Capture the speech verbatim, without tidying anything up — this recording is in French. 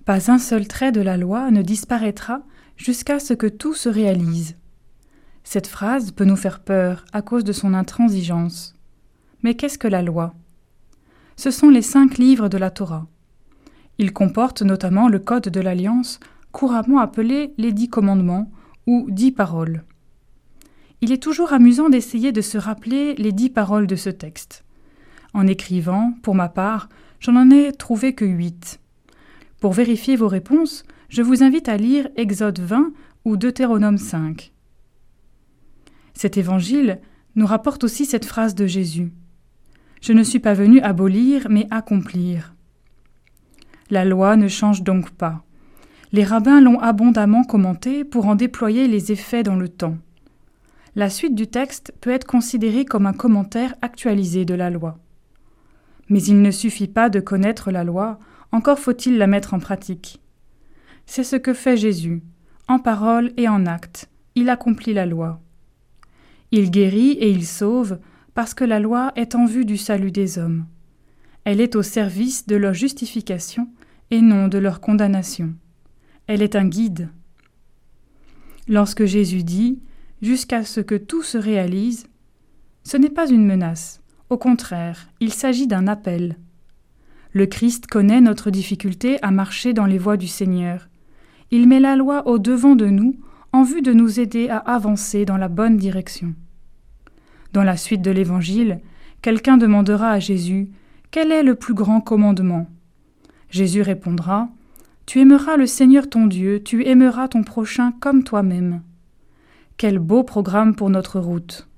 Pas un seul trait de la loi ne disparaîtra jusqu'à ce que tout se réalise. Cette phrase peut nous faire peur à cause de son intransigeance. Mais qu'est-ce que la loi ? Ce sont les cinq livres de la Torah. Ils comportent notamment le Code de l'Alliance, couramment appelé les dix commandements ou dix paroles. Il est toujours amusant d'essayer de se rappeler les dix paroles de ce texte. En écrivant, pour ma part, je n'en ai trouvé que huit. Pour vérifier vos réponses, je vous invite à lire Exode vingt ou Deutéronome cinq. Cet évangile nous rapporte aussi cette phrase de Jésus. « Je ne suis pas venu abolir, mais accomplir. » La loi ne change donc pas. Les rabbins l'ont abondamment commentée pour en déployer les effets dans le temps. La suite du texte peut être considérée comme un commentaire actualisé de la loi. Mais il ne suffit pas de connaître la loi, encore faut-il la mettre en pratique. C'est ce que fait Jésus, en parole et en acte, il accomplit la loi. Il guérit et il sauve parce que la loi est en vue du salut des hommes. Elle est au service de leur justification et non de leur condamnation. Elle est un guide. Lorsque Jésus dit « jusqu'à ce que tout se réalise », ce n'est pas une menace. Au contraire, il s'agit d'un appel. Le Christ connaît notre difficulté à marcher dans les voies du Seigneur. Il met la loi au devant de nous en vue de nous aider à avancer dans la bonne direction. Dans la suite de l'Évangile, quelqu'un demandera à Jésus « Quel est le plus grand commandement ?» Jésus répondra « Tu aimeras le Seigneur ton Dieu, tu aimeras ton prochain comme toi-même. » Quel beau programme pour notre route!